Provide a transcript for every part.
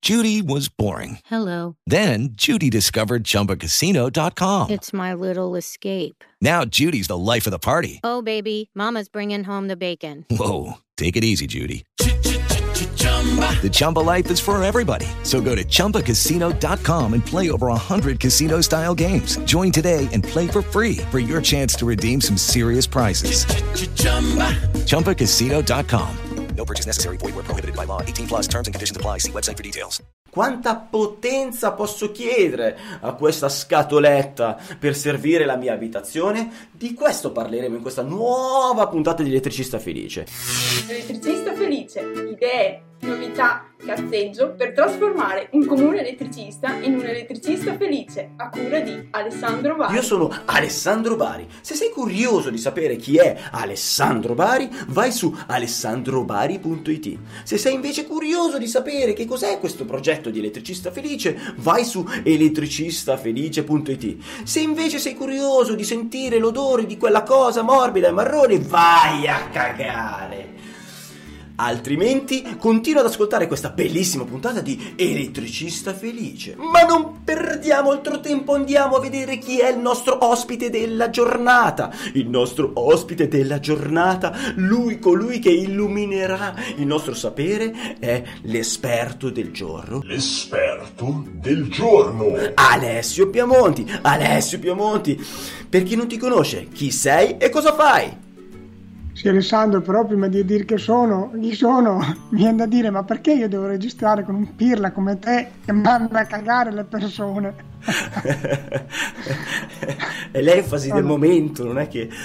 Judy was boring. Hello. Then Judy discovered ChumbaCasino.com. It's my little escape. Now Judy's the life of the party. Oh, baby, mama's bringing home the bacon. Whoa, take it easy, Judy. The Chumba life is for everybody. So go to ChumbaCasino.com and play over 100 casino-style games. Join today and play for free for your chance to redeem some serious prizes. ChumbaCasino.com. No purchase necessary. Void where prohibited by law. 18+ terms and conditions apply. See website for details. Quanta potenza posso chiedere a questa scatoletta per servire la mia abitazione? Di questo parleremo in questa nuova puntata di Elettricista Felice. Elettricista Felice, idee, novità, cazzeggio per trasformare un comune elettricista in un elettricista felice, a cura di Alessandro Bari. Io sono Alessandro Bari. Se sei curioso di sapere chi è Alessandro Bari, vai su alessandrobari.it. Se sei invece curioso di sapere che cos'è questo progetto di Elettricista Felice, vai su elettricistafelice.it. Se invece sei curioso di sentire l'odore di quella cosa morbida e marrone, vai a cagare. Altrimenti continua ad ascoltare questa bellissima puntata di Elettricista Felice. Ma non perdiamo altro tempo, andiamo a vedere chi è il nostro ospite della giornata. Il nostro ospite della giornata, colui che illuminerà il nostro sapere, è l'esperto del giorno. L'esperto del giorno. Alessio Piamonti. Alessio Piamonti, per chi non ti conosce, chi sei e cosa fai? Sì, Alessandro, però prima di dire chi sono, mi viene da dire: ma perché io devo registrare con un pirla come te che manda a cagare le persone? È l'enfasi del momento, non è che...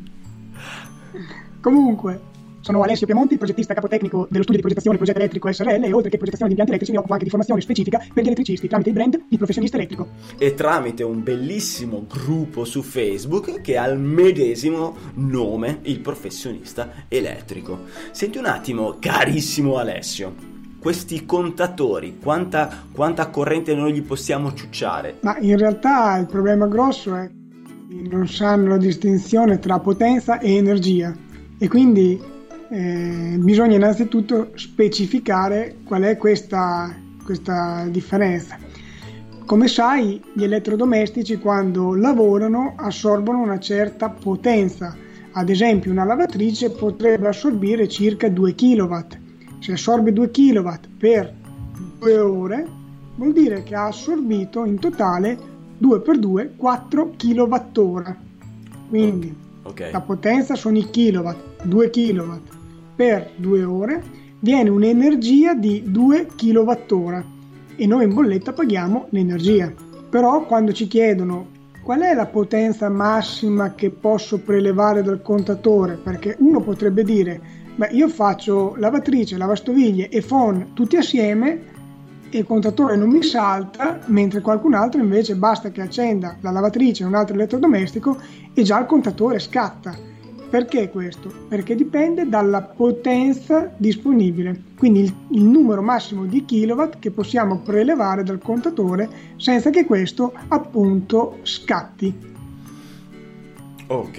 Comunque, sono Alessio Piamonti, progettista capotecnico dello studio di progettazione Progetto Elettrico SRL, e oltre che progettazione di impianti elettrici mi occupo anche di formazione specifica per gli elettricisti tramite il brand di professionista elettrico. E tramite un bellissimo gruppo su Facebook che ha il medesimo nome, il professionista elettrico. Senti un attimo, carissimo Alessio, questi contatori, quanta corrente noi gli possiamo ciucciare? Ma in realtà il problema grosso è che non sanno la distinzione tra potenza e energia, e quindi bisogna innanzitutto specificare qual è questa differenza. Come sai, gli elettrodomestici quando lavorano assorbono una certa potenza. Ad esempio, una lavatrice potrebbe assorbire circa 2 kW. Se assorbe 2 kW per 2 ore, vuol dire che ha assorbito in totale 2 per 2 4 kWh. Quindi la potenza sono i kilowatt, 2 kW per 2 ore viene un'energia di 2 kWh e noi in bolletta paghiamo l'energia. Però quando ci chiedono qual è la potenza massima che posso prelevare dal contatore, perché uno potrebbe dire: beh, io faccio lavatrice, lavastoviglie e phon tutti assieme e il contatore non mi salta, mentre qualcun altro invece basta che accenda la lavatrice e un altro elettrodomestico e già il contatore scatta. Perché questo? Perché dipende dalla potenza disponibile, quindi il numero massimo di kilowatt che possiamo prelevare dal contatore senza che questo appunto scatti. Ok.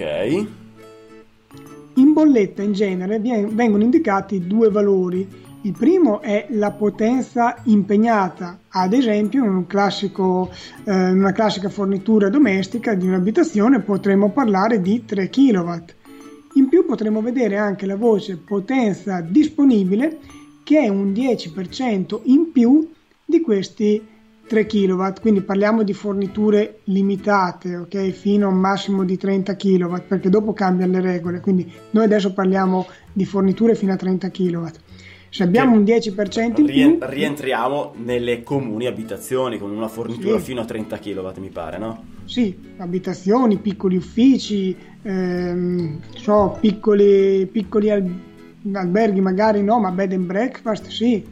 In bolletta in genere vengono indicati 2 valori. Il primo è la potenza impegnata, ad esempio in una classica fornitura domestica di un'abitazione potremmo parlare di 3 kW. In più potremo vedere anche la voce potenza disponibile, che è un 10% in più di questi 3 kW, quindi parliamo di forniture limitate, ok? Fino a un massimo di 30 kW, perché dopo cambiano le regole, quindi noi adesso parliamo di forniture fino a 30 kW. Se abbiamo un 10% in più... Rientriamo nelle comuni abitazioni con una fornitura fino a 30 kW, mi pare, no? Sì, abitazioni, piccoli uffici, piccoli alberghi magari no, ma bed and breakfast sì.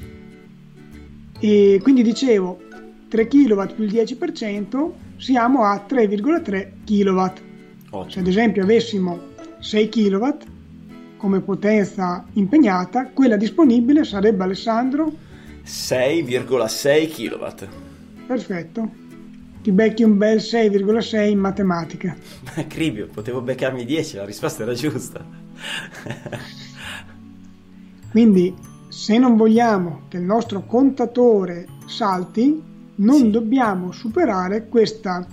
E quindi dicevo, 3 kW più il 10% siamo a 3,3 kW. Se ad esempio avessimo 6 kW come potenza impegnata, quella disponibile sarebbe, Alessandro? 6,6 kW. Perfetto. Ti becchi un bel 6,6 in matematica. Cribio, potevo beccarmi 10, la risposta era giusta. Quindi se non vogliamo che il nostro contatore salti, non dobbiamo superare questo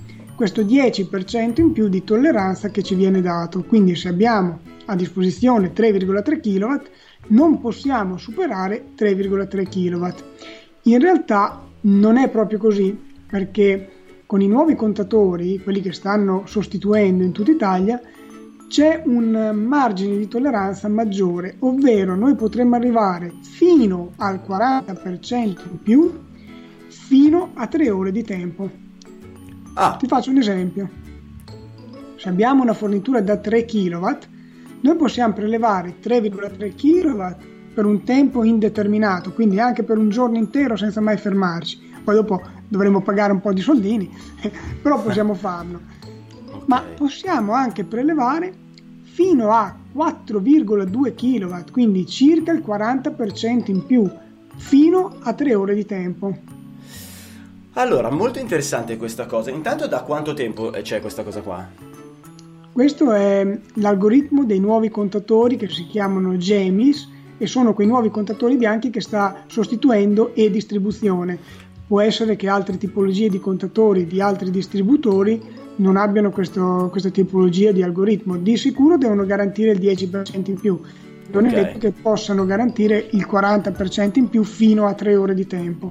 10% in più di tolleranza che ci viene dato. Quindi se abbiamo a disposizione 3,3 kW, non possiamo superare 3,3 kW. In realtà non è proprio così, perché con i nuovi contatori, quelli che stanno sostituendo in tutta Italia, c'è un margine di tolleranza maggiore, ovvero noi potremmo arrivare fino al 40% in più fino a 3 ore di tempo. Ti faccio un esempio. Se abbiamo una fornitura da 3 kW, noi possiamo prelevare 3,3 kW per un tempo indeterminato, quindi anche per un giorno intero senza mai fermarci. Poi dopo dovremo pagare un po' di soldini, però possiamo farlo. Okay. Ma possiamo anche prelevare fino a 4,2 kW, quindi circa il 40% in più, fino a 3 ore di tempo. Allora, molto interessante questa cosa. Intanto, da quanto tempo c'è questa cosa qua? Questo è l'algoritmo dei nuovi contatori che si chiamano GEMIS e sono quei nuovi contatori bianchi che sta sostituendo e-distribuzione. Può essere che altre tipologie di contatori di altri distributori non abbiano questa tipologia di algoritmo. Di sicuro devono garantire il 10% in più. Non è detto che possano garantire il 40% in più fino a 3 ore di tempo.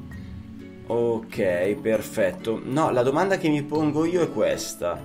Ok, perfetto. No, la domanda che mi pongo io è questa.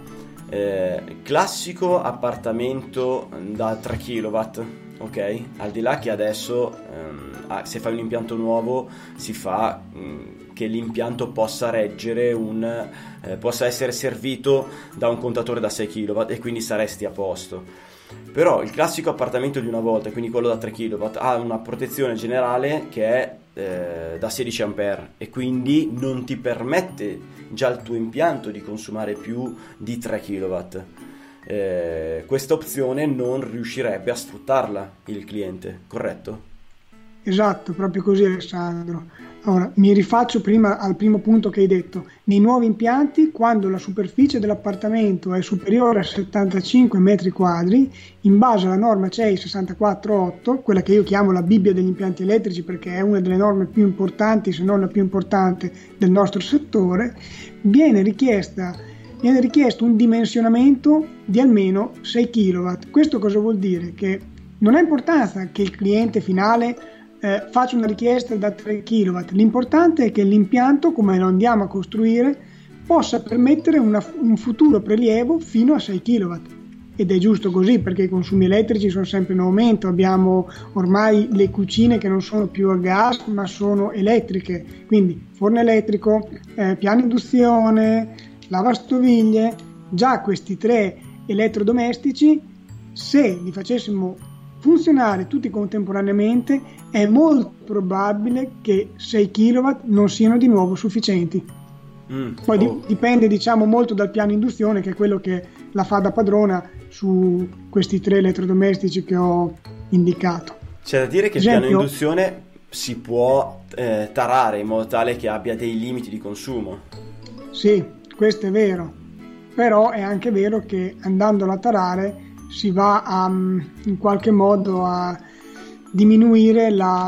Classico appartamento da 3 kW, ok? Al di là che adesso se fai un impianto nuovo si fa che l'impianto possa reggere possa essere servito da un contatore da 6 kW e quindi saresti a posto. Però il classico appartamento di una volta, quindi quello da 3 kW, ha una protezione generale che è da 16 A e quindi non ti permette già il tuo impianto di consumare più di 3 kW. Questa opzione non riuscirebbe a sfruttarla il cliente, corretto? Esatto, proprio così, Alessandro. Ora, mi rifaccio prima al primo punto che hai detto. Nei nuovi impianti, quando la superficie dell'appartamento è superiore a 75 metri quadri, in base alla norma CEI 648, quella che io chiamo la Bibbia degli impianti elettrici perché è una delle norme più importanti, se non la più importante del nostro settore, viene richiesto un dimensionamento di almeno 6 kW. Questo cosa vuol dire? Che non ha importanza che il cliente finale faccio una richiesta da 3 kW, l'importante è che l'impianto, come lo andiamo a costruire, possa permettere un futuro prelievo fino a 6 kW. Ed è giusto così, perché i consumi elettrici sono sempre in aumento. Abbiamo ormai le cucine che non sono più a gas ma sono elettriche, quindi forno elettrico, piano induzione, lavastoviglie. Già questi 3 elettrodomestici, se li facessimo funzionare tutti contemporaneamente, è molto probabile che 6 kW non siano di nuovo sufficienti. Poi dipende, diciamo, molto dal piano induzione, che è quello che la fa da padrona su questi 3 elettrodomestici che ho indicato. C'è da dire che il piano induzione si può tarare in modo tale che abbia dei limiti di consumo. Sì, questo è vero, però è anche vero che andandolo a tarare si va in qualche modo a diminuire la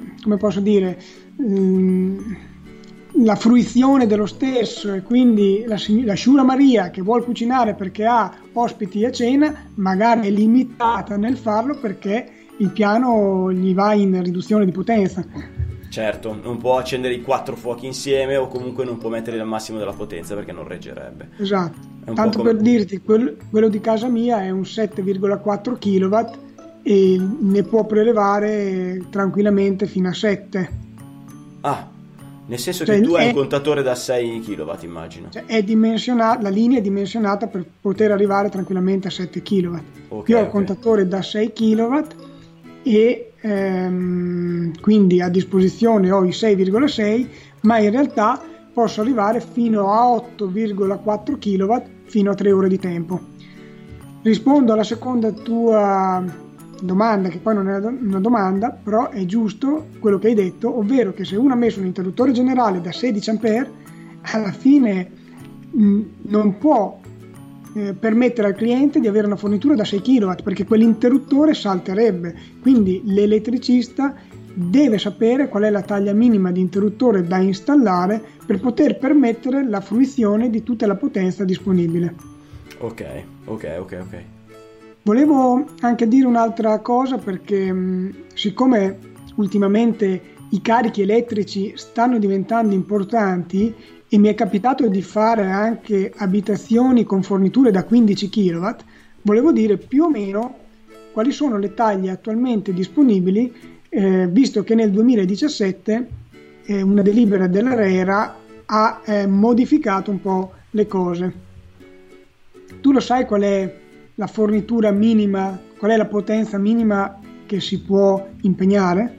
fruizione dello stesso, e quindi la Sciura Maria che vuol cucinare perché ha ospiti a cena magari è limitata nel farlo perché il piano gli va in riduzione di potenza. Certo, non può accendere i 4 fuochi insieme o comunque non può mettere al massimo della potenza perché non reggerebbe. Esatto. Tanto per dirti, quello di casa mia è un 7,4 kW e ne può prelevare tranquillamente fino a 7. Nel senso che tu hai un contatore da 6 kW, immagino. È la linea è dimensionata per poter arrivare tranquillamente a 7 kW. Io ho il contatore da 6 kW e quindi a disposizione ho i 6,6, ma in realtà posso arrivare fino a 8,4 kW fino a 3 ore di tempo. Rispondo alla seconda tua domanda, che poi non è una domanda, però è giusto quello che hai detto, ovvero che se uno ha messo un interruttore generale da 16 A, alla fine non può permettere al cliente di avere una fornitura da 6 kW, perché quell'interruttore salterebbe. Quindi l'elettricista deve sapere qual è la taglia minima di interruttore da installare per poter permettere la fruizione di tutta la potenza disponibile. Ok. Volevo anche dire un'altra cosa, perché siccome ultimamente i carichi elettrici stanno diventando importanti e mi è capitato di fare anche abitazioni con forniture da 15 kW, volevo dire più o meno quali sono le taglie attualmente disponibili, visto che nel 2017 una delibera dell'ARERA ha modificato un po' le cose. Tu lo sai qual è la fornitura minima, qual è la potenza minima che si può impegnare?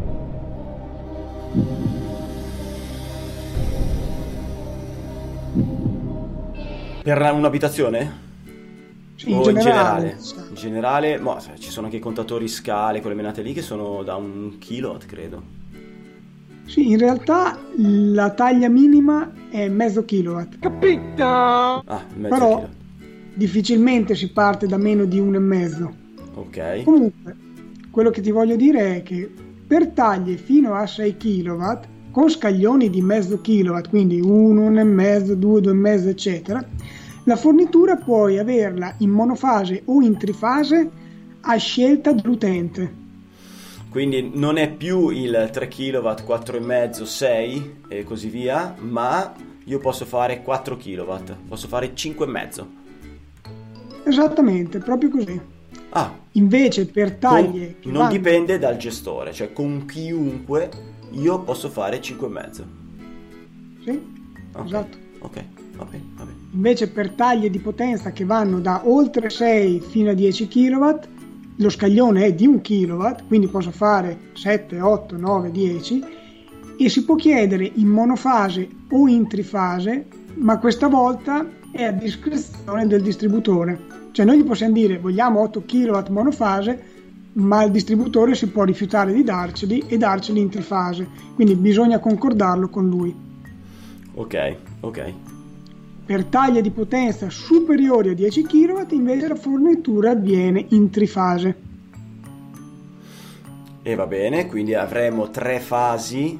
Per un'abitazione? Sì, o in generale? In generale, ci sono anche i contatori scale, quelle menate lì, che sono da 1 kilowatt, credo. Sì, in realtà la taglia minima è mezzo kilowatt. Capito? Mezzo Però kilowatt. difficilmente si parte da meno di 1,5. Ok. Comunque, quello che ti voglio dire è che per taglie fino a 6 kW, con scaglioni di mezzo kilowatt, quindi 1, 1,5, 2, 2,5, eccetera, la fornitura puoi averla in monofase o in trifase a scelta dell'utente. Quindi non è più il 3 kW, 4,5, 6 e così via, ma io posso fare 4 kW, posso fare 5,5. Esattamente, proprio così. Invece per taglie non dipende dal gestore, cioè con chiunque io posso fare 5,5. Sì, okay. Esatto. Ok, va bene. Invece per taglie di potenza che vanno da oltre 6 fino a 10 kW, lo scaglione è di 1 kW, quindi posso fare 7, 8, 9, 10, e si può chiedere in monofase o in trifase, ma questa volta è a discrezione del distributore. Cioè noi gli possiamo dire vogliamo 8 kW monofase, ma il distributore si può rifiutare di darceli e darceli in trifase, quindi bisogna concordarlo con lui. Ok. Per taglie di potenza superiori a 10 kW invece la fornitura avviene in trifase. E va bene, quindi avremo 3 fasi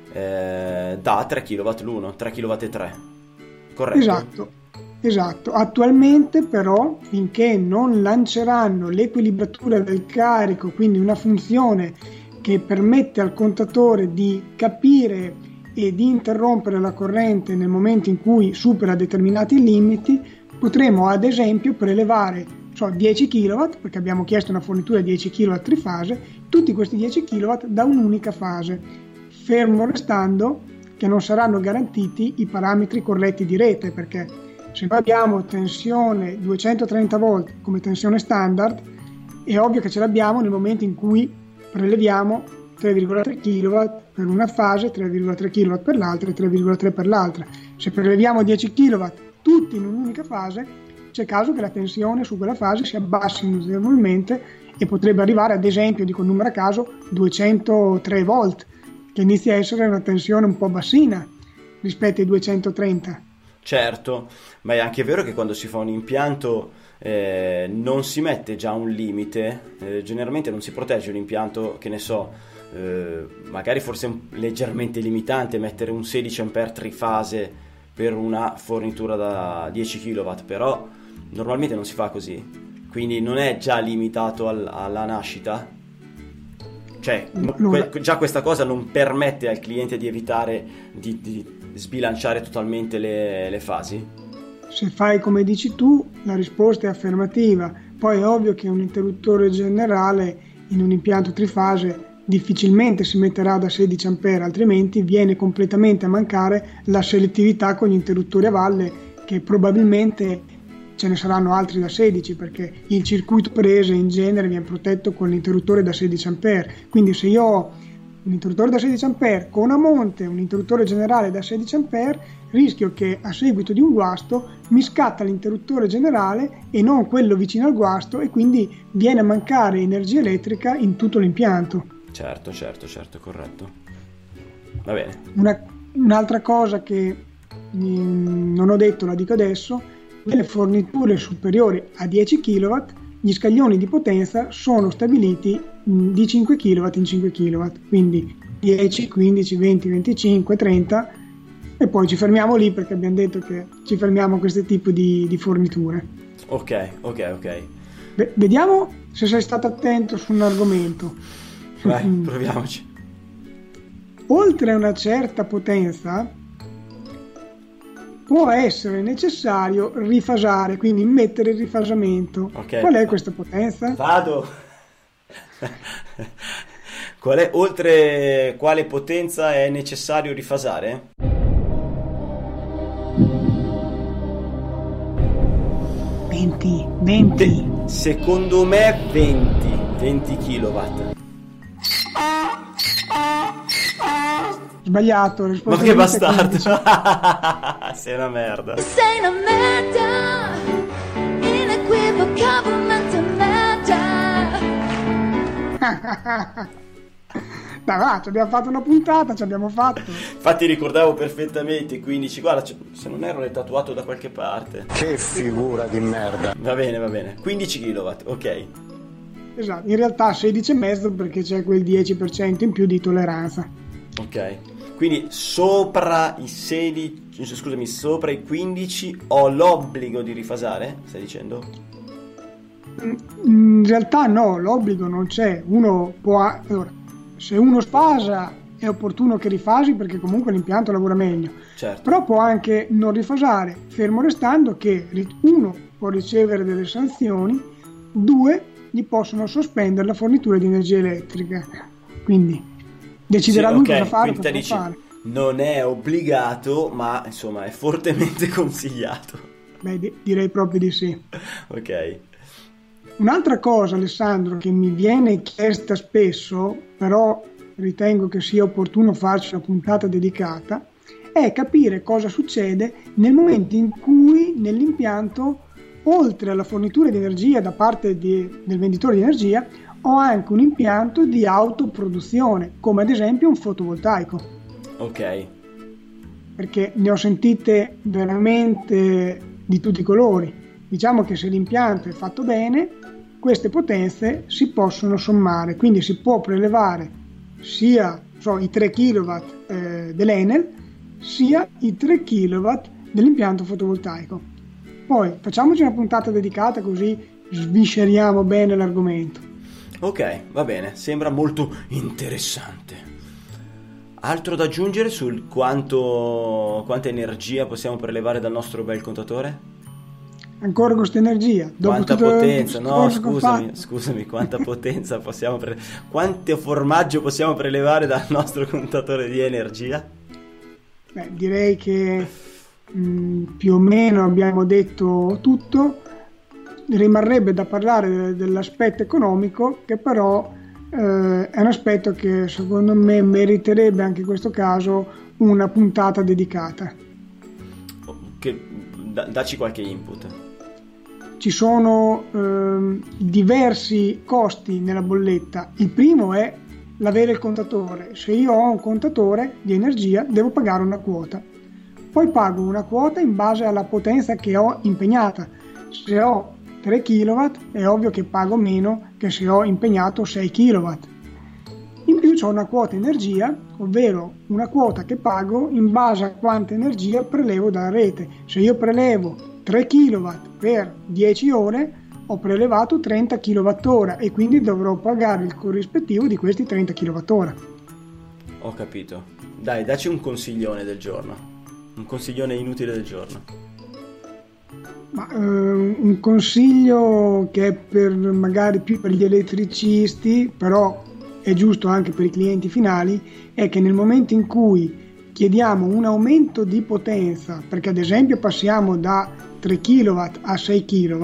da 3 kW l'uno, 3 kW e 3. Corretto? Esatto. Attualmente però, finché non lanceranno l'equilibratura del carico, quindi una funzione che permette al contatore di capire e di interrompere la corrente nel momento in cui supera determinati limiti, potremo ad esempio prelevare 10 kW, perché abbiamo chiesto una fornitura 10 kW trifase, tutti questi 10 kW da un'unica fase, fermo restando che non saranno garantiti i parametri corretti di rete, perché se noi abbiamo tensione 230 volt come tensione standard, è ovvio che ce l'abbiamo nel momento in cui preleviamo 3,3 kW per una fase, 3,3 kW per l'altra e 3,3 per l'altra. Se preleviamo 10 kW tutti in un'unica fase, c'è caso che la tensione su quella fase si abbassi notevolmente e potrebbe arrivare ad esempio, dico un numero a caso, 203 volt, che inizia a essere una tensione un po' bassina rispetto ai 230. Certo, ma è anche vero che quando si fa un impianto non si mette già un limite, generalmente non si protegge un impianto, che ne so, magari forse leggermente limitante mettere un 16 A trifase per una fornitura da 10 kW, però normalmente non si fa così, quindi non è già limitato alla nascita, cioè già questa cosa non permette al cliente di evitare di sbilanciare totalmente le fasi. Se fai come dici tu, la risposta è affermativa. Poi è ovvio che un interruttore generale in un impianto trifase difficilmente si metterà da 16 A, altrimenti viene completamente a mancare la selettività con gli interruttori a valle, che probabilmente ce ne saranno altri da 16, perché il circuito prese in genere viene protetto con l'interruttore da 16 A. Quindi se io ho un interruttore da 16 A con a monte un interruttore generale da 16 A, rischio che a seguito di un guasto mi scatta l'interruttore generale e non quello vicino al guasto, e quindi viene a mancare energia elettrica in tutto l'impianto. Certo, corretto. Va bene. Un'altra cosa che non ho detto, la dico adesso: le forniture superiori a 10 kW gli scaglioni di potenza sono stabiliti di 5 kW in 5 kW, quindi 10, 15, 20, 25, 30, e poi ci fermiamo lì perché abbiamo detto che ci fermiamo a questo tipo di forniture. Ok. Vediamo se sei stato attento su un argomento. Vai, proviamoci. Oltre a una certa potenza può essere necessario rifasare, quindi mettere il rifasamento. Ok. Qual è questa potenza? Vado. Oltre quale potenza è necessario rifasare? Venti. Secondo me 20 kW. Sbagliato, Ma risposta che giusta è bastardo. Sei una merda. Sei una merda, inequivocabilmente merda. 15. Dai, va, ci abbiamo fatto una puntata, ci abbiamo fatto. Infatti ricordavo perfettamente 15. Guarda, se non ero, l'hai tatuato da qualche parte. Che figura di merda. Va bene. 15 kW, ok. Esatto, in realtà 16,5 perché c'è quel 10% in più di tolleranza. Ok. Quindi sopra i 15 ho l'obbligo di rifasare? Stai dicendo? In realtà no, l'obbligo non c'è. Uno può... Allora, se uno sfasa è opportuno che rifasi perché comunque l'impianto lavora meglio. Certo. Però può anche non rifasare, fermo restando che uno può ricevere delle sanzioni, due gli possono sospendere la fornitura di energia elettrica. Quindi deciderà lui cosa fare. Quindi dici, non è obbligato, ma insomma è fortemente consigliato. Beh, direi proprio di sì. Ok. Un'altra cosa, Alessandro, che mi viene chiesta spesso, però ritengo che sia opportuno farci una puntata dedicata, è capire cosa succede nel momento in cui nell'impianto, oltre alla fornitura di energia da parte del venditore di energia, ho anche un impianto di autoproduzione, come ad esempio un fotovoltaico. Ok. Perché ne ho sentite veramente di tutti i colori. Diciamo che se l'impianto è fatto bene, queste potenze si possono sommare, quindi si può prelevare sia i 3 kW dell'Enel, sia i 3 kW dell'impianto fotovoltaico. Poi facciamoci una puntata dedicata così svisceriamo bene l'argomento. Ok, va bene, sembra molto interessante. Altro da aggiungere sul quanta energia possiamo prelevare dal nostro bel contatore? Ancora questa energia? Quanta potenza? No, scusami, quanta potenza possiamo quanto formaggio possiamo prelevare dal nostro contatore di energia? Beh, direi che più o meno abbiamo detto tutto. Rimarrebbe da parlare dell'aspetto economico, che però è un aspetto che secondo me meriterebbe anche in questo caso una puntata dedicata. Dacci qualche input. Ci sono diversi costi nella bolletta. Il primo è l'avere il contatore. Se io ho un contatore di energia devo pagare una quota. Poi pago una quota in base alla potenza che ho impegnata. Se ho 3 kW è ovvio che pago meno che se ho impegnato 6 kW. In più c'ho una quota energia, ovvero una quota che pago in base a quanta energia prelevo dalla rete. Se io prelevo 3 kW per 10 ore ho prelevato 30 kWh e quindi dovrò pagare il corrispettivo di questi 30 kWh. Ho capito. Dai, dacci un consiglione del giorno. Un consiglione inutile del giorno. Un consiglio che è magari più per gli elettricisti, però è giusto anche per i clienti finali, è che nel momento in cui chiediamo un aumento di potenza, perché ad esempio passiamo da 3 kW a 6 kW,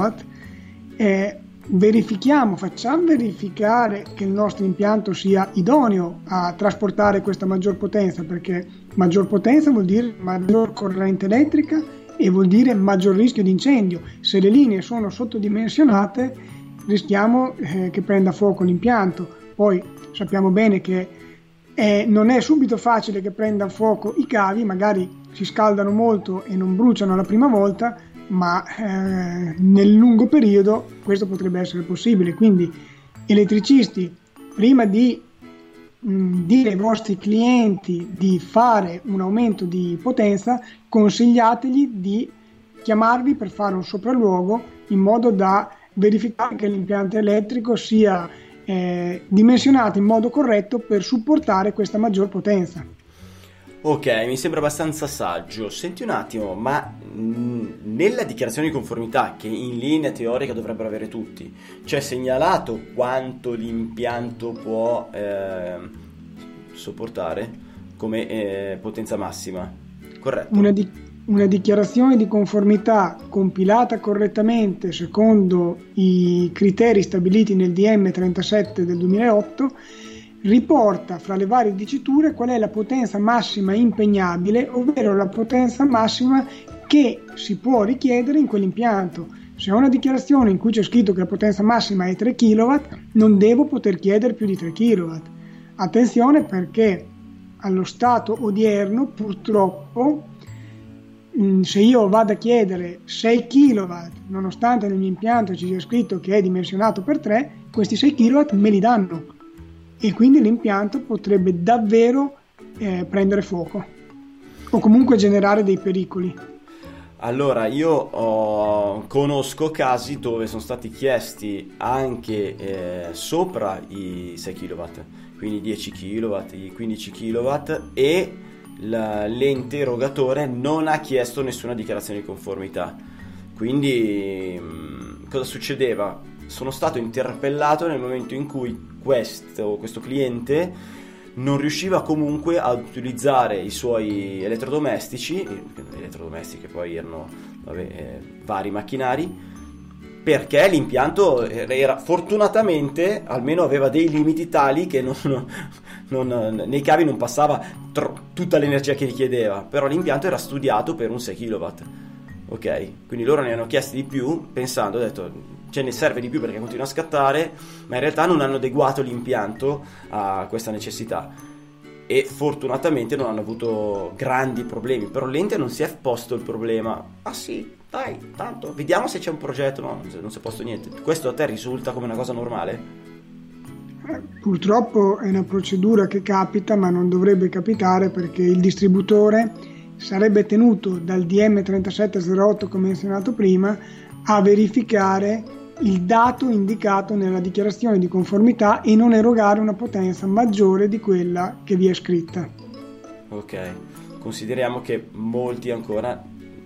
facciamo verificare che il nostro impianto sia idoneo a trasportare questa maggior potenza, perché maggior potenza vuol dire maggior corrente elettrica e vuol dire maggior rischio di incendio. Se le linee sono sottodimensionate rischiamo che prenda fuoco l'impianto. Poi sappiamo bene che non è subito facile che prenda fuoco i cavi, magari si scaldano molto e non bruciano la prima volta, ma nel lungo periodo questo potrebbe essere possibile. Quindi elettricisti, prima di dire ai vostri clienti di fare un aumento di potenza, consigliategli di chiamarvi per fare un sopralluogo in modo da verificare che l'impianto elettrico sia dimensionato in modo corretto per supportare questa maggior potenza. Ok, mi sembra abbastanza saggio. Senti un attimo, ma nella dichiarazione di conformità, che in linea teorica dovrebbero avere tutti, c'è segnalato quanto l'impianto può sopportare come potenza massima, corretto? Una dichiarazione di conformità compilata correttamente secondo i criteri stabiliti nel DM 37 del 2008 riporta fra le varie diciture qual è la potenza massima impegnabile, ovvero la potenza massima che si può richiedere in quell'impianto. Se ho una dichiarazione in cui c'è scritto che la potenza massima è 3 kW, non devo poter chiedere più di 3 kW. Attenzione, perché allo stato odierno purtroppo se io vado a chiedere 6 kW, nonostante nel mio impianto ci sia scritto che è dimensionato per 3, questi 6 kW me li danno e quindi l'impianto potrebbe davvero prendere fuoco o comunque generare dei pericoli. Allora, io conosco casi dove sono stati chiesti anche sopra i 6 kW, quindi 10 kW, 15 kW, e l'ente erogatore non ha chiesto nessuna dichiarazione di conformità. Quindi cosa succedeva? Sono stato interpellato nel momento in cui questo cliente non riusciva comunque a utilizzare i suoi elettrodomestici che poi erano vari macchinari, perché l'impianto era, fortunatamente almeno aveva dei limiti tali che nei cavi non passava tutta l'energia che richiedeva, però l'impianto era studiato per un 6 kW. Ok, quindi loro ne hanno chiesti di più pensando, ho detto ce ne serve di più perché continua a scattare, ma in realtà non hanno adeguato l'impianto a questa necessità e fortunatamente non hanno avuto grandi problemi. Però l'ente non si è posto il problema, sì, dai, tanto vediamo se c'è un progetto. No, non si è posto niente. Questo a te risulta come una cosa normale? Purtroppo è una procedura che capita, ma non dovrebbe capitare, perché il distributore sarebbe tenuto dal DM 3708, come menzionato prima, a verificare il dato indicato nella dichiarazione di conformità e non erogare una potenza maggiore di quella che vi è scritta. Ok, consideriamo che molti ancora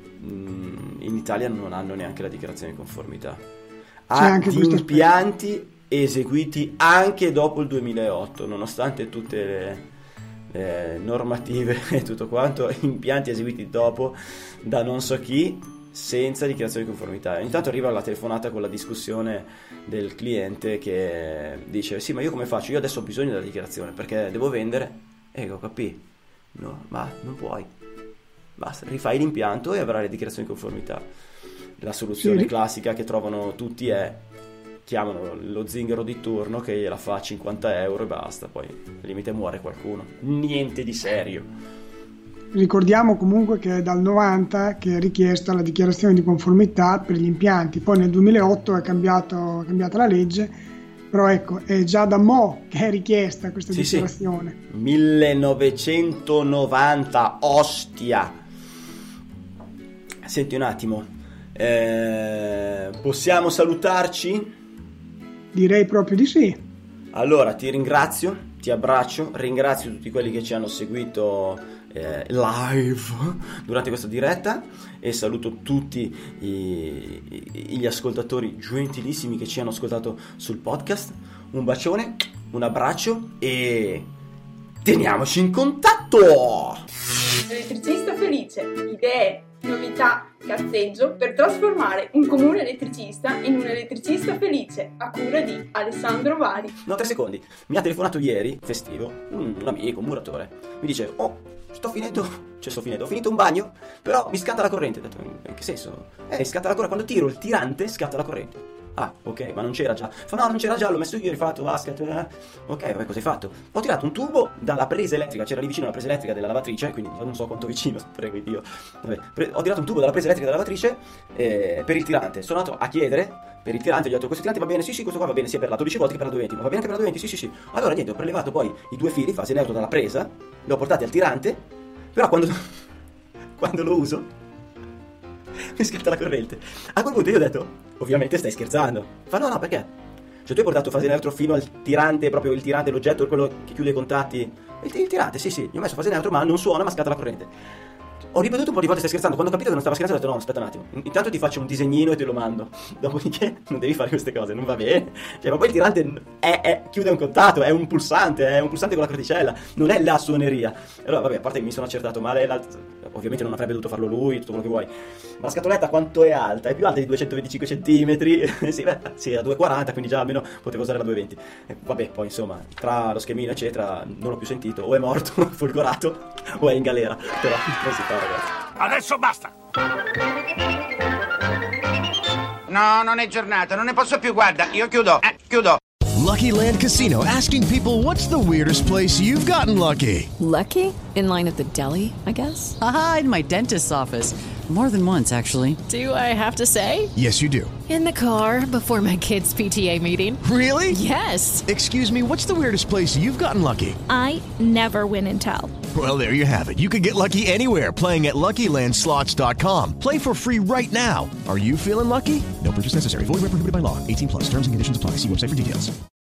in Italia non hanno neanche la dichiarazione di conformità di impianti eseguiti anche dopo il 2008, nonostante tutte le normative e tutto quanto, impianti eseguiti dopo da non so chi, senza dichiarazione di conformità. Intanto arriva la telefonata con la discussione del cliente che dice sì, ma io come faccio? Io adesso ho bisogno della dichiarazione perché devo vendere. Ho capito, no, ma non puoi, basta, rifai l'impianto e avrai la dichiarazione di conformità. La soluzione classica che trovano tutti è chiamano lo zingaro di turno che gliela fa 50 euro e basta, poi al limite muore qualcuno, niente di serio. Ricordiamo comunque che è dal 90 che è richiesta la dichiarazione di conformità per gli impianti, poi nel 2008 è cambiata la legge, però ecco, è già da mo' che è richiesta questa dichiarazione. 1990, ostia! Senti un attimo, possiamo salutarci? Direi proprio di sì. Allora, ti ringrazio, ti abbraccio, ringrazio tutti quelli che ci hanno seguito live durante questa diretta e saluto tutti gli ascoltatori gentilissimi che ci hanno ascoltato sul podcast. Un bacione, un abbraccio e teniamoci in contatto. Elettricista felice, idee, novità, cazzeggio per trasformare un comune elettricista in un elettricista felice, a cura di Alessandro Vari. No, 3 secondi. Mi ha telefonato ieri, festivo, un amico, un muratore. Mi dice, ho finito un bagno, però mi scatta la corrente. Ho detto, in che senso? Scatta la corrente, quando tiro il tirante scatta la corrente. Ah, ok, ma non c'era già. Fa no, non c'era già, l'ho messo io, ho rifatto basket. Ok, vabbè, cosa hai fatto? Ho tirato un tubo dalla presa elettrica, c'era lì vicino la presa elettrica della lavatrice, quindi non so quanto vicino, prego Dio. Vabbè, ho tirato un tubo dalla presa elettrica della lavatrice per il tirante. Sono andato a chiedere per il tirante, gli ho detto questo tirante va bene, sì, questo qua va bene sia per la 12 volte che per la 220, ma va bene anche per la 220, sì. Allora niente, ho prelevato poi i 2 fili, fase neutro dalla presa, li ho portati al tirante, però quando lo uso mi scatta la corrente. A quel punto io ho detto, ovviamente stai scherzando. Fa no, perché? Cioè tu hai portato fase neutro fino al tirante, proprio il tirante, l'oggetto, quello che chiude i contatti. Il tirante, sì, gli ho messo fase neutro, ma non suona, ma scatta la corrente. Ho ripetuto un po' di volte, stai scherzando. Quando ho capito che non stava scherzando ho detto no, aspetta un attimo, intanto ti faccio un disegnino e te lo mando. Dopodiché non devi fare queste cose, non va bene. Cioè, ma poi il tirante chiude un contatto, è un pulsante con la cordicella, non è la suoneria. Allora vabbè, a parte che mi sono accertato male, ovviamente non avrebbe dovuto farlo lui, tutto quello che vuoi. Ma la scatoletta quanto è alta? È più alta di 225 centimetri. Sì, a 2,40, quindi già almeno potevo usare la 220. Vabbè, poi insomma, tra lo schemino eccetera, non l'ho più sentito. O è morto, folgorato, o è in galera. Però non si fa, ragazzi. Adesso basta! No, non è giornata, non ne posso più, guarda, io chiudo. Lucky Land Casino, asking people, what's the weirdest place you've gotten lucky? Lucky? In line at the deli, I guess? Aha, in my dentist's office. More than once, actually. Do I have to say? Yes, you do. In the car before my kids' PTA meeting. Really? Yes. Excuse me, what's the weirdest place you've gotten lucky? I never win and tell. Well, there you have it. You can get lucky anywhere, playing at LuckyLandSlots.com. Play for free right now. Are you feeling lucky? No purchase necessary. Void where prohibited by law. 18+. Terms and conditions apply. See website for details.